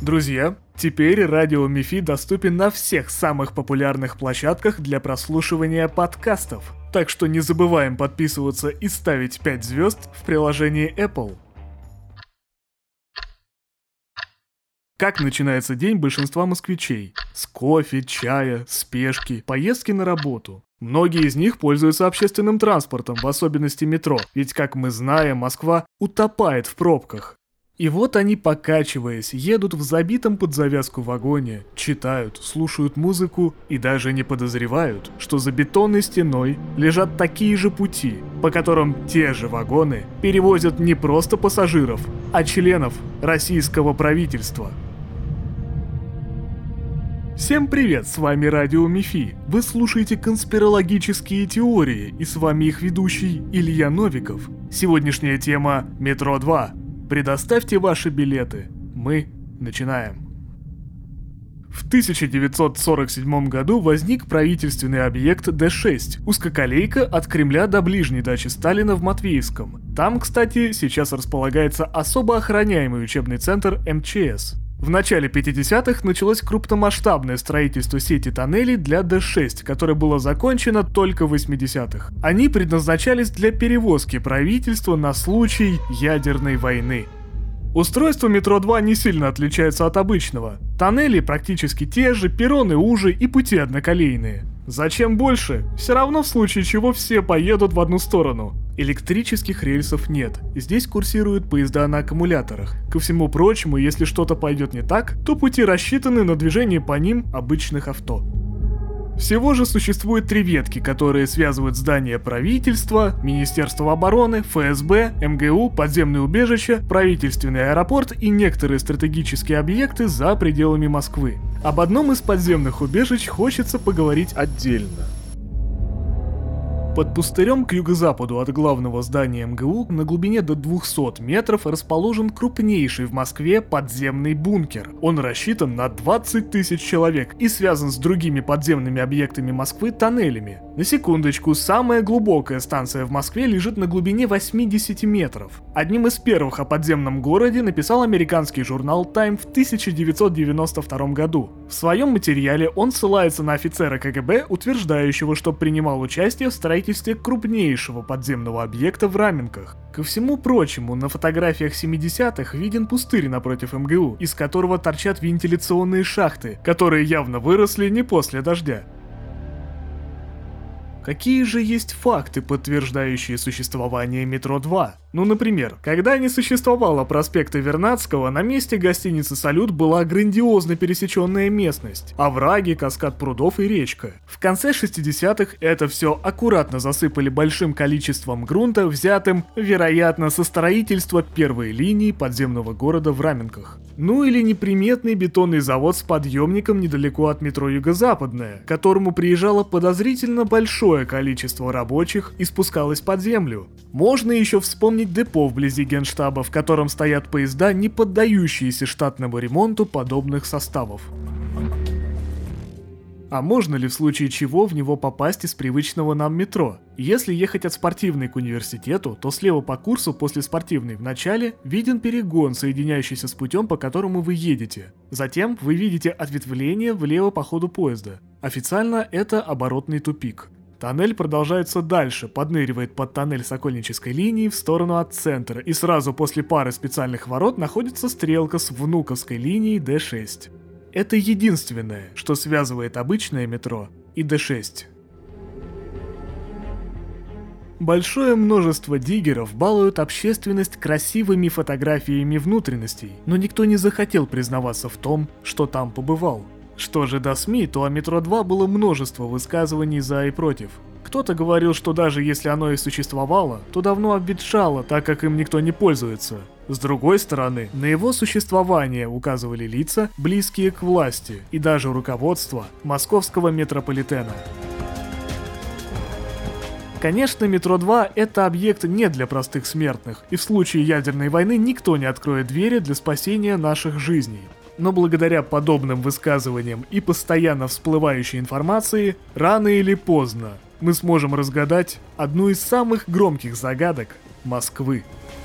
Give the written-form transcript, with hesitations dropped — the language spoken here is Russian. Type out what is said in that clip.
Друзья, теперь Радио МИФИ доступен на всех самых популярных площадках для прослушивания подкастов. Так что не забываем подписываться и ставить 5 звезд в приложении Apple. Как начинается день большинства москвичей? С кофе, чая, спешки, поездки на работу. Многие из них пользуются общественным транспортом, в особенности метро, ведь, как мы знаем, Москва утопает в пробках. И вот они, покачиваясь, едут в забитом под завязку вагоне, читают, слушают музыку и даже не подозревают, что за бетонной стеной лежат такие же пути, по которым те же вагоны перевозят не просто пассажиров, а членов российского правительства. Всем привет, с вами Радио МИФИ. Вы слушаете конспирологические теории, и с вами их ведущий Илья Новиков. Сегодняшняя тема «Метро 2». Предоставьте ваши билеты. Мы начинаем. В 1947 году возник правительственный объект Д-6, узкоколейка от Кремля до ближней дачи Сталина в Матвеевском. Там, кстати, сейчас располагается особо охраняемый учебный центр МЧС. В начале 50-х началось крупномасштабное строительство сети тоннелей для Д-6, которое было закончено только в 80-х. Они предназначались для перевозки правительства на случай ядерной войны. Устройство метро 2 не сильно отличается от обычного. Тоннели практически те же, перроны уже и пути одноколейные. Зачем больше? Все равно в случае чего все поедут в одну сторону. Электрических рельсов нет, здесь курсируют поезда на аккумуляторах. Ко всему прочему, если что-то пойдет не так, то пути рассчитаны на движение по ним обычных авто. Всего же существует 3 ветки, которые связывают здания правительства, Министерства обороны, ФСБ, МГУ, подземные убежища, правительственный аэропорт и некоторые стратегические объекты за пределами Москвы. Об одном из подземных убежищ хочется поговорить отдельно. Под пустырем к юго-западу от главного здания МГУ на глубине до 200 метров расположен крупнейший в Москве подземный бункер. Он рассчитан на 20 тысяч человек и связан с другими подземными объектами Москвы тоннелями. На секундочку, самая глубокая станция в Москве лежит на глубине 80 метров. Одним из первых о подземном городе написал американский журнал Time в 1992 году. В своем материале он ссылается на офицера КГБ, утверждающего, что принимал участие в строительстве крупнейшего подземного объекта в Раменках. Ко всему прочему, на фотографиях 70-х виден пустырь напротив МГУ, из которого торчат вентиляционные шахты, которые явно выросли не после дождя. Какие же есть факты, подтверждающие существование метро 2? Ну, например, когда не существовало проспекта Вернадского, на месте гостиницы «Салют» была грандиозно пересеченная местность, овраги, каскад прудов и речка. В конце 60-х это все аккуратно засыпали большим количеством грунта, взятым, вероятно, со строительства первой линии подземного города в Раменках. Ну или неприметный бетонный завод с подъемником недалеко от метро Юго-Западное, к которому приезжало подозрительно большое количество рабочих и спускалось под землю. Можно еще вспомнить депо вблизи Генштаба, в котором стоят поезда, не поддающиеся штатному ремонту подобных составов. А можно ли в случае чего в него попасть из привычного нам метро? Если ехать от спортивной к университету, то слева по курсу после спортивной в начале виден перегон, соединяющийся с путем, по которому вы едете. Затем вы видите ответвление влево по ходу поезда. Официально это оборотный тупик. Тоннель продолжается дальше, подныривает под тоннель Сокольнической линии в сторону от центра, и сразу после пары специальных ворот находится стрелка с Внуковской линией Д-6. Это единственное, что связывает обычное метро и Д-6. Большое множество диггеров балуют общественность красивыми фотографиями внутренностей, но никто не захотел признаваться в том, что там побывал. Что же до СМИ, то о метро 2 было множество высказываний за и против. Кто-то говорил, что даже если оно и существовало, то давно обветшало, так как им никто не пользуется. С другой стороны, на его существование указывали лица, близкие к власти, и даже руководство московского метрополитена. Конечно, метро 2 это объект не для простых смертных, и в случае ядерной войны никто не откроет двери для спасения наших жизней. Но благодаря подобным высказываниям и постоянно всплывающей информации, рано или поздно мы сможем разгадать одну из самых громких загадок Москвы.